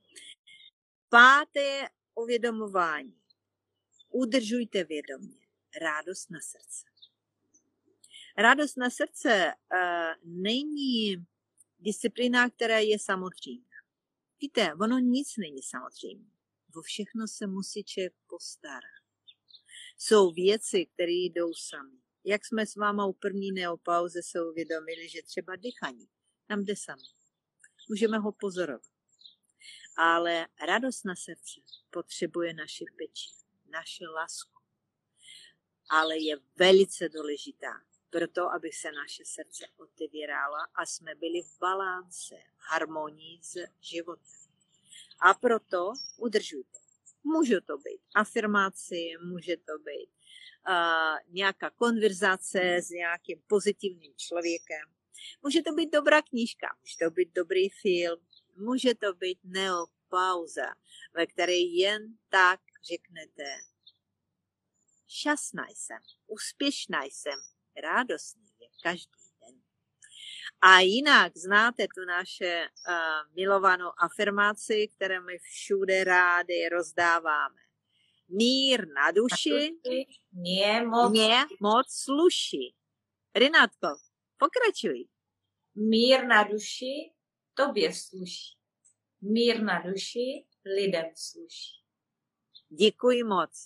Páté uvědomování. Udržujte vědomě radost na srdce. Radost na srdce uh, není disciplína, která je samozřejmá. Víte, ono nic není samozřejmé. Vo všechno se musí člověk postarat. Jsou věci, které jdou sami. Jak jsme s váma u první neopauze se uvědomili, že třeba dýchání nám jde sami. Můžeme ho pozorovat. Ale radost na srdce potřebuje naši péči, naši lásku. Ale je velice důležitá, proto aby se naše srdce otevírala a jsme byli v balánse, v harmonii s životem. A proto udržujte. Může to být afirmace, může to být uh, nějaká konverzace s nějakým pozitivním člověkem. Může to být dobrá knížka, může to být dobrý film, může to být neopauza, ve které jen tak řeknete šťastná jsem, úspěšná jsem, radostný je každý den. A jinak znáte tu naše uh, milovanou afirmaci, které my všude rádi rozdáváme. Mír na duši mě moc, mě moc sluší. Renátko, pokračuj. mír na duši tobě sluší. Mír na duši lidem sluší. Děkuji moc.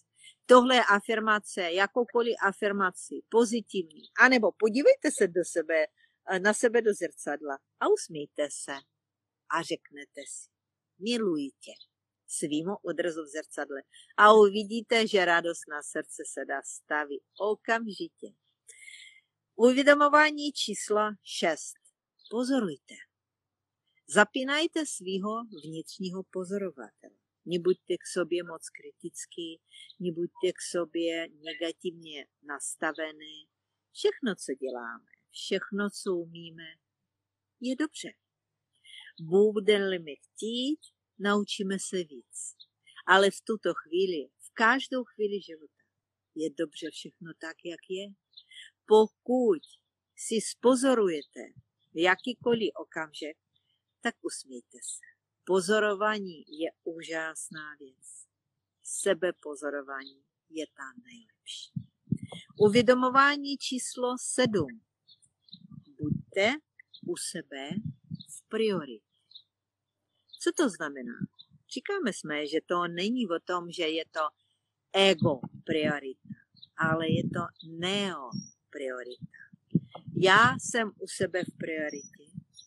tohle je afirmace, jakoukoliv afirmaci, pozitivní. A nebo podívejte se do sebe, na sebe do zrcadla a usmějte se a řeknete si, miluji tě svýmu odrazu v zrcadle. A uvidíte, že radost na srdce se dá stavit okamžitě. Uvědomování číslo šest. Pozorujte. Zapínajte svýho vnitřního pozorovatele. Nebuďte k sobě moc kritický, nebuďte k sobě negativně nastavený. Všechno, co děláme, všechno, co umíme, je dobře. Budeme chtít, naučíme se víc. Ale v tuto chvíli, v každou chvíli života, je dobře všechno tak, jak je. Pokud si spozorujete v jakýkoliv okamžik, tak usmějte se. Pozorování je úžasná věc. Sebepozorování je ta nejlepší. Uvědomování číslo sedm. Buďte u sebe v prioritě. Co to znamená? Říkáme jsme, že to není o tom, že je to ego priorita, ale je to neo priorita. Já jsem u sebe v prioritě.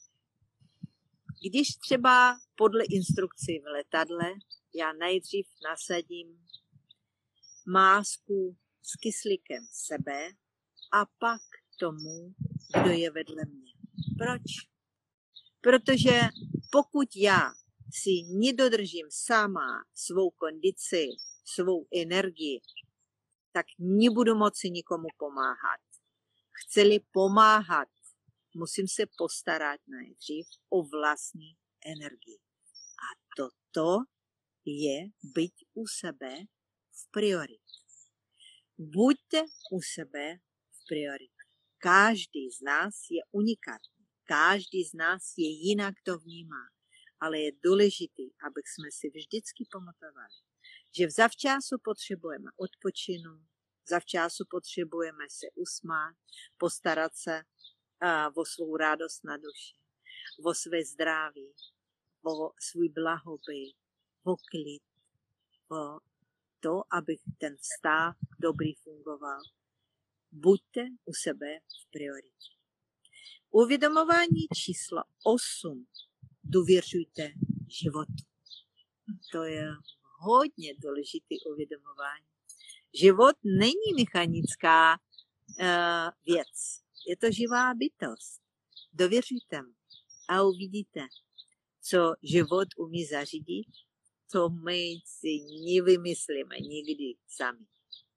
Když třeba podle instrukcí v letadle, já nejdřív nasadím másku s kyslíkem sebe a pak tomu, kdo je vedle mě. Proč? Protože pokud já si nedodržím sama svou kondici, svou energii, tak nebudu moci nikomu pomáhat. Chci-li pomáhat, musím se postarat nejdřív o vlastní energii. A toto je být u sebe v prioritě. Buďte u sebe v prioritě. Každý z nás je unikátní. Každý z nás je jinak to vnímá. Ale je důležité, abych jsme si vždycky pamatovali, že v zavčasu potřebujeme odpočinout, zavčasu potřebujeme se usmát, postarat se uh, o svou radost na duši, o své zdraví, o svůj blahobyt, o klid, o to, aby ten vztah dobrý fungoval. Buďte u sebe v prioritě. Uvědomování číslo osm. Důvěřujte životu. To je hodně důležité uvědomování. Život není mechanická uh, věc. Je to živá bytost. Dověřujte mu a uvidíte, co život umí zařídit, co my si nevymyslíme nikdy sami.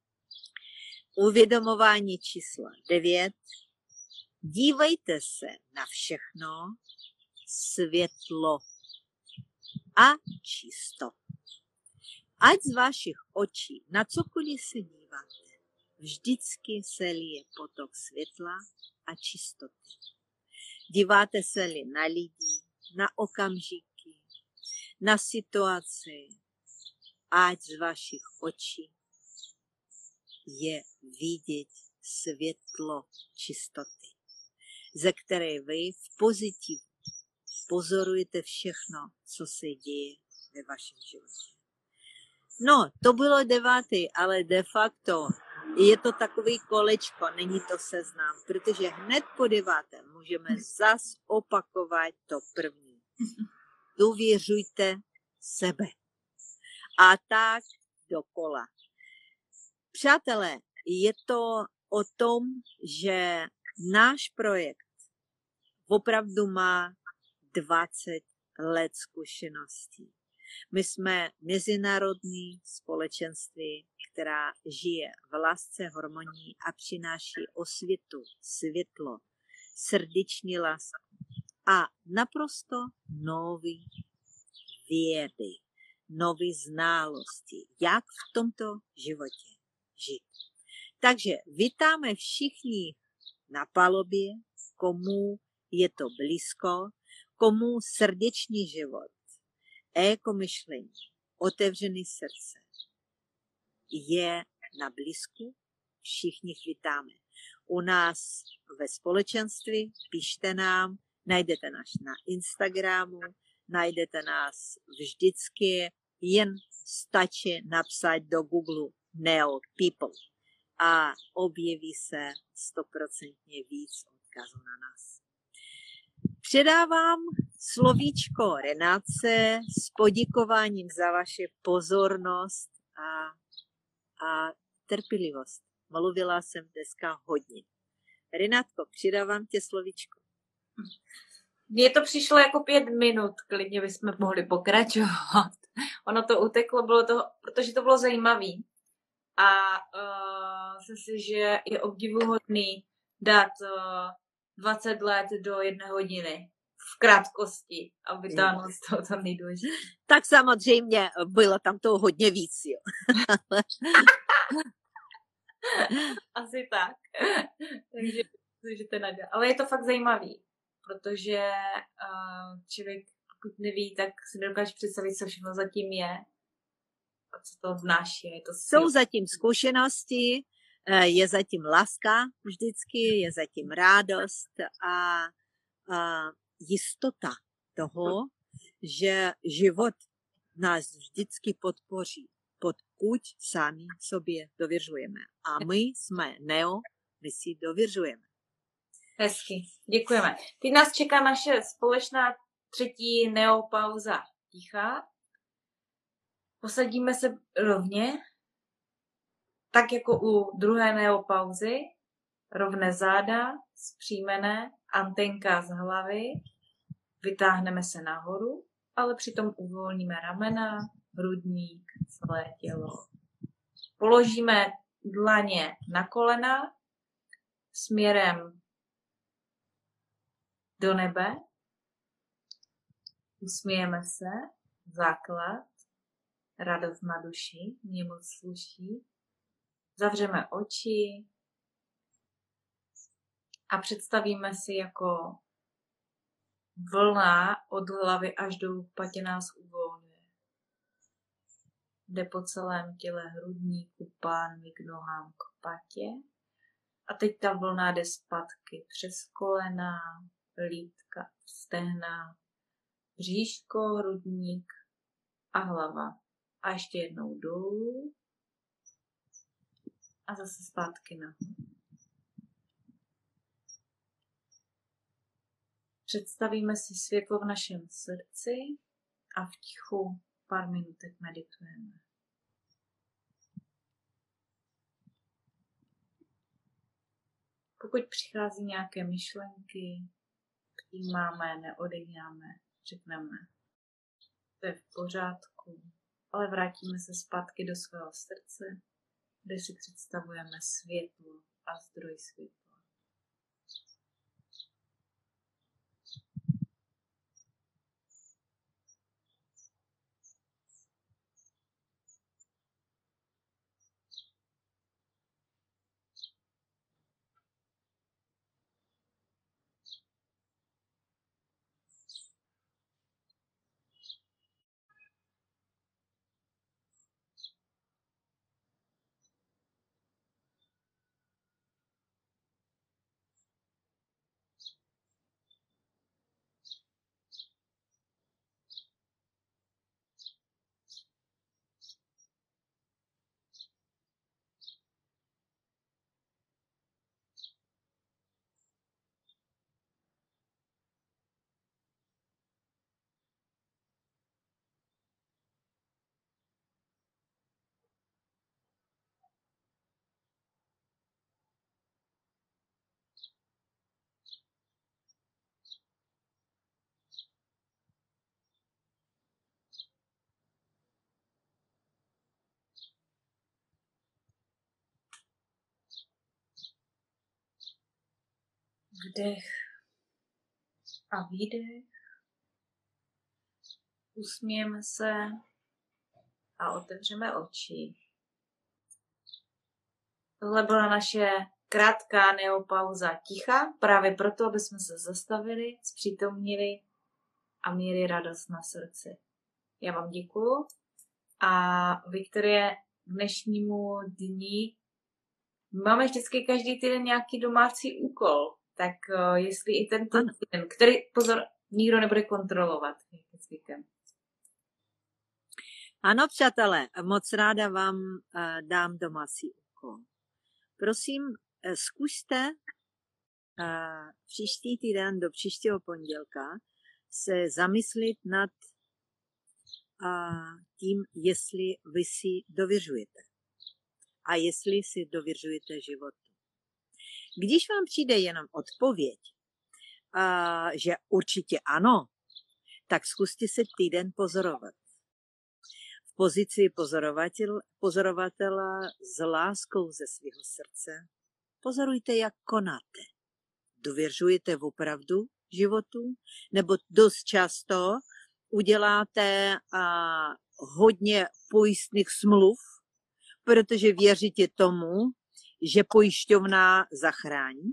Uvědomování číslo devět. Dívejte se na všechno světlo a čisto. Ať z vašich očí na cokoliv se díváte, vždycky se lije potok světla a čistoty. Díváte se-li na lidi, na okamžiky, na situaci, ať z vašich očí je vidět světlo čistoty, ze které vy v pozitivu pozorujete všechno, co se děje ve vašem životě. No, to bylo devátý, ale de facto je to takový kolečko, není to seznam, protože hned po devátém můžeme zas opakovat to první. Důvěřujte sebe. A tak dokola. Přátelé, je to o tom, že náš projekt opravdu má dvacet let zkušeností. My jsme mezinárodní společenství, která žije v lásce, harmonii a přináší osvětu, světlo, srdeční lásku a naprosto nový vědy, nové znalosti, jak v tomto životě žít. Takže vítáme všichni na palubě, komu je to blízko, komu srdeční život, ekomyšlení, otevřené srdce je na blízku, všichni vítáme. U nás ve společenství pište nám, najdete nás na Instagramu, najdete nás vždycky, jen stačí napsat do Google Neo People a objeví se stoprocentně víc odkazů na nás. Předávám slovíčko Renátce s poděkováním za vaši pozornost a, a trpělivost. Mluvila jsem dneska hodně. Renátko, přidávám tě slovíčko. Mně to přišlo jako pět minut, klidně bychom mohli pokračovat. Ono to uteklo, bylo to, protože to bylo zajímavé. A uh, myslím si, že je obdivuhodný dát uh, dvacet let do jedné hodiny v krátkosti a vytáhnout z toho to nejdůležitější. Tak samozřejmě bylo tam toho hodně víc, jo. Asi tak. Takže, takže to je ale je to fakt zajímavý, protože uh, člověk, pokud neví, tak si nedokáže představit, co všechno zatím je a co to vnáší. Je to Jsou zatím zkušenosti, je zatím láska vždycky, je zatím rádost a, a jistota toho, že život nás vždycky podpoří, pokud sami sobě dověřujeme. A my jsme Neo, my si dověřujeme. Hezky, děkujeme. Teď nás čeká naše společná třetí neopauza ticha. Posadíme se rovně, tak jako u druhé neopauzy, rovné záda, zpříjmené, antenka z hlavy, vytáhneme se nahoru, ale přitom uvolníme ramena, hrudník, celé tělo. Položíme dlaně na kolena směrem do nebe, usmějeme se, základ, radost na duši, mě moc sluší. Zavřeme oči a představíme si jako vlna od hlavy až do patě nás uvolňuje. Jde po celém těle hrudníku, pánvi k nohám, k patě. A teď ta vlna jde zpátky přes kolena, lítka, stehna, bříško, hrudník a hlava. A ještě jednou dolů a zase zpátky nahoru. Představíme si světlo v našem srdci a v tichu pár minutek meditujeme. Pokud přichází nějaké myšlenky, přijímáme, neodejdáme, řekneme, to je v pořádku, ale vrátíme se zpátky do svého srdce, kde si představujeme světlo a zdroj světla. Vdech a výdech. Usmějeme se a otevřeme oči. Tohle byla naše krátká neopauza ticha, právě proto, aby jsme se zastavili, zpřítomnili a měli radost na srdci. Já vám děkuju a Viktorie, k dnešnímu dni máme vždycky každý týden nějaký domácí úkol. Tak uh, jestli i tento týden, který, pozor, nikdo nebude kontrolovat, jak zvykem. Ano, přátelé, moc ráda vám uh, dám domácí úkol. Prosím, uh, zkuste uh, příští týden do příštího pondělka se zamyslit nad uh, tím, jestli vy si dověřujete a jestli si dověřujete životu. Když vám přijde jenom odpověď, uh, že určitě ano, tak zkuste se týden pozorovat. V pozici pozorovatel, pozorovatela s láskou ze svého srdce pozorujte, jak konáte. Důvěřujete opravdu životu? Nebo dost často uděláte uh, hodně pojistných smluv, protože věříte tomu, že pojišťovna zachrání?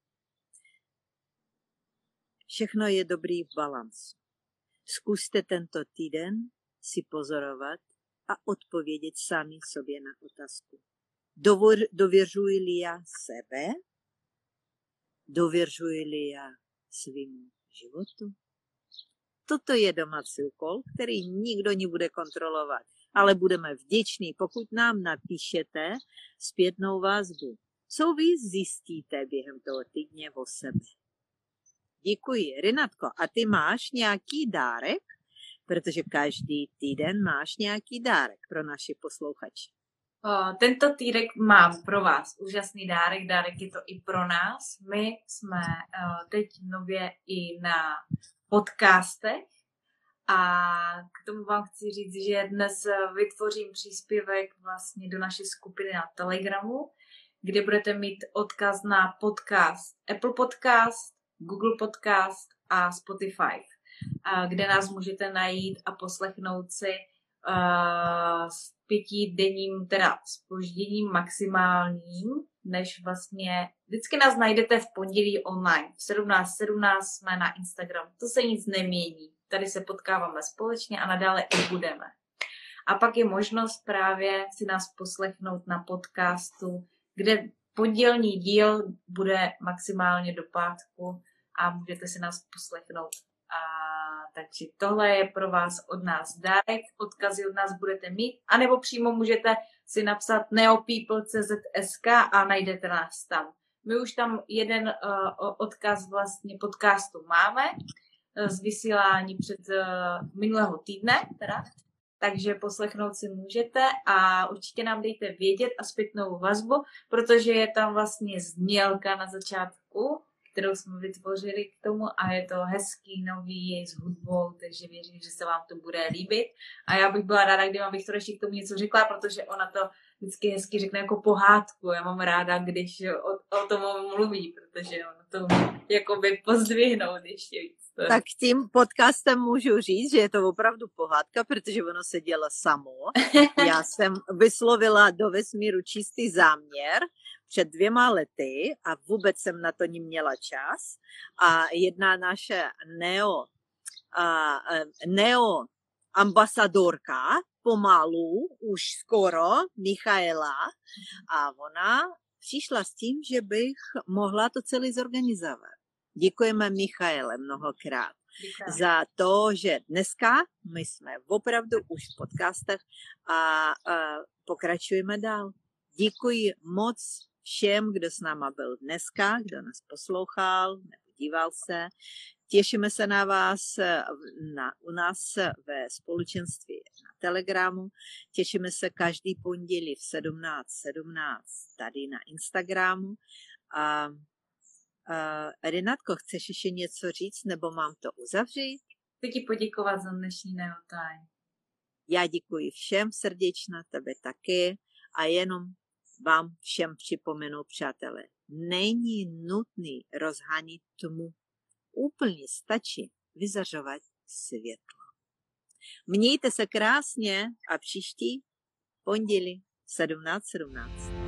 Všechno je dobrý v balancu. Zkuste tento týden si pozorovat a odpovědět sami sobě na otázku. Dověřuji-li já sebe? Dověřuji-li já svým životu? Toto je domácí úkol, který nikdo nebude kontrolovat, ale budeme vděční, pokud nám napíšete zpětnou vazbu. Co vy zjistíte během toho týdně o sebe? Děkuji. Renátko, a ty máš nějaký dárek? Protože každý týden máš nějaký dárek pro naši posluchače. O, tento týdek mám pro vás úžasný dárek. Dárek je to i pro nás. My jsme o, teď nově i na podcastech a k tomu vám chci říct, že dnes vytvořím příspěvek vlastně do naší skupiny na Telegramu, kde budete mít odkaz na podcast Apple Podcast, Google Podcast a Spotify, kde nás můžete najít a poslechnout si uh, s pětidenním teda zpožděním maximálním, než vlastně vždycky nás najdete v pondělí online. V sedmnáct sedmnáct jsme na Instagramu. To se nic nemění. Tady se potkáváme společně a nadále i budeme. A pak je možnost právě si nás poslechnout na podcastu, kde pondělní díl bude maximálně do pátku a můžete si nás poslechnout. A takže tohle je pro vás od nás dárek, odkazy od nás budete mít, anebo přímo můžete si napsat neopeople tečka cz tečka es ká a najdete nás tam. My už tam jeden uh, odkaz vlastně podcastu máme uh, z vysílání před uh, minulého týdne, teda. Takže poslechnout si můžete a určitě nám dejte vědět a zpětnou vazbu, protože je tam vlastně znělka na začátku, kterou jsme vytvořili k tomu a je to hezký, nový, s hudbou, takže věřím, že se vám to bude líbit. A já bych byla ráda, kdyby bych to ještě k tomu něco řekla, protože ona to vždycky hezky řekne jako pohádku. Já mám ráda, když o, o tom mluví, protože ono to jakoby pozdvihnout ještě víc. Tak tím podcastem můžu říct, že je to opravdu pohádka, protože ono se dělo samo. Já jsem vyslovila do vesmíru čistý záměr před dvěma lety a vůbec jsem na to neměla čas. A jedna naše neo, a, neo ambasadorka, pomalu, už skoro, Michaela, a ona přišla s tím, že bych mohla to celé zorganizovat. Děkujeme Michaele mnohokrát Děkujeme. Za to, že dneska my jsme opravdu už v podcastech a, a pokračujeme dál. Děkuji moc všem, kdo s náma byl dneska, kdo nás poslouchal nebo díval se. Těšíme se na vás na, u nás ve společenství na Telegramu. Těšíme se každý pondělí v sedmnáct sedmnáct tady na Instagramu. A Uh, Renátko, chceš ještě něco říct, nebo mám to uzavřít? Chci ti poděkovat za dnešní Neotime. Já děkuji všem srdečně, tebe taky a jenom vám všem připomenu, přátelé, není nutný rozhánit tmu. Úplně stačí vyzařovat světlo. Mějte se krásně a příští pondělí sedmnáct sedmnáct.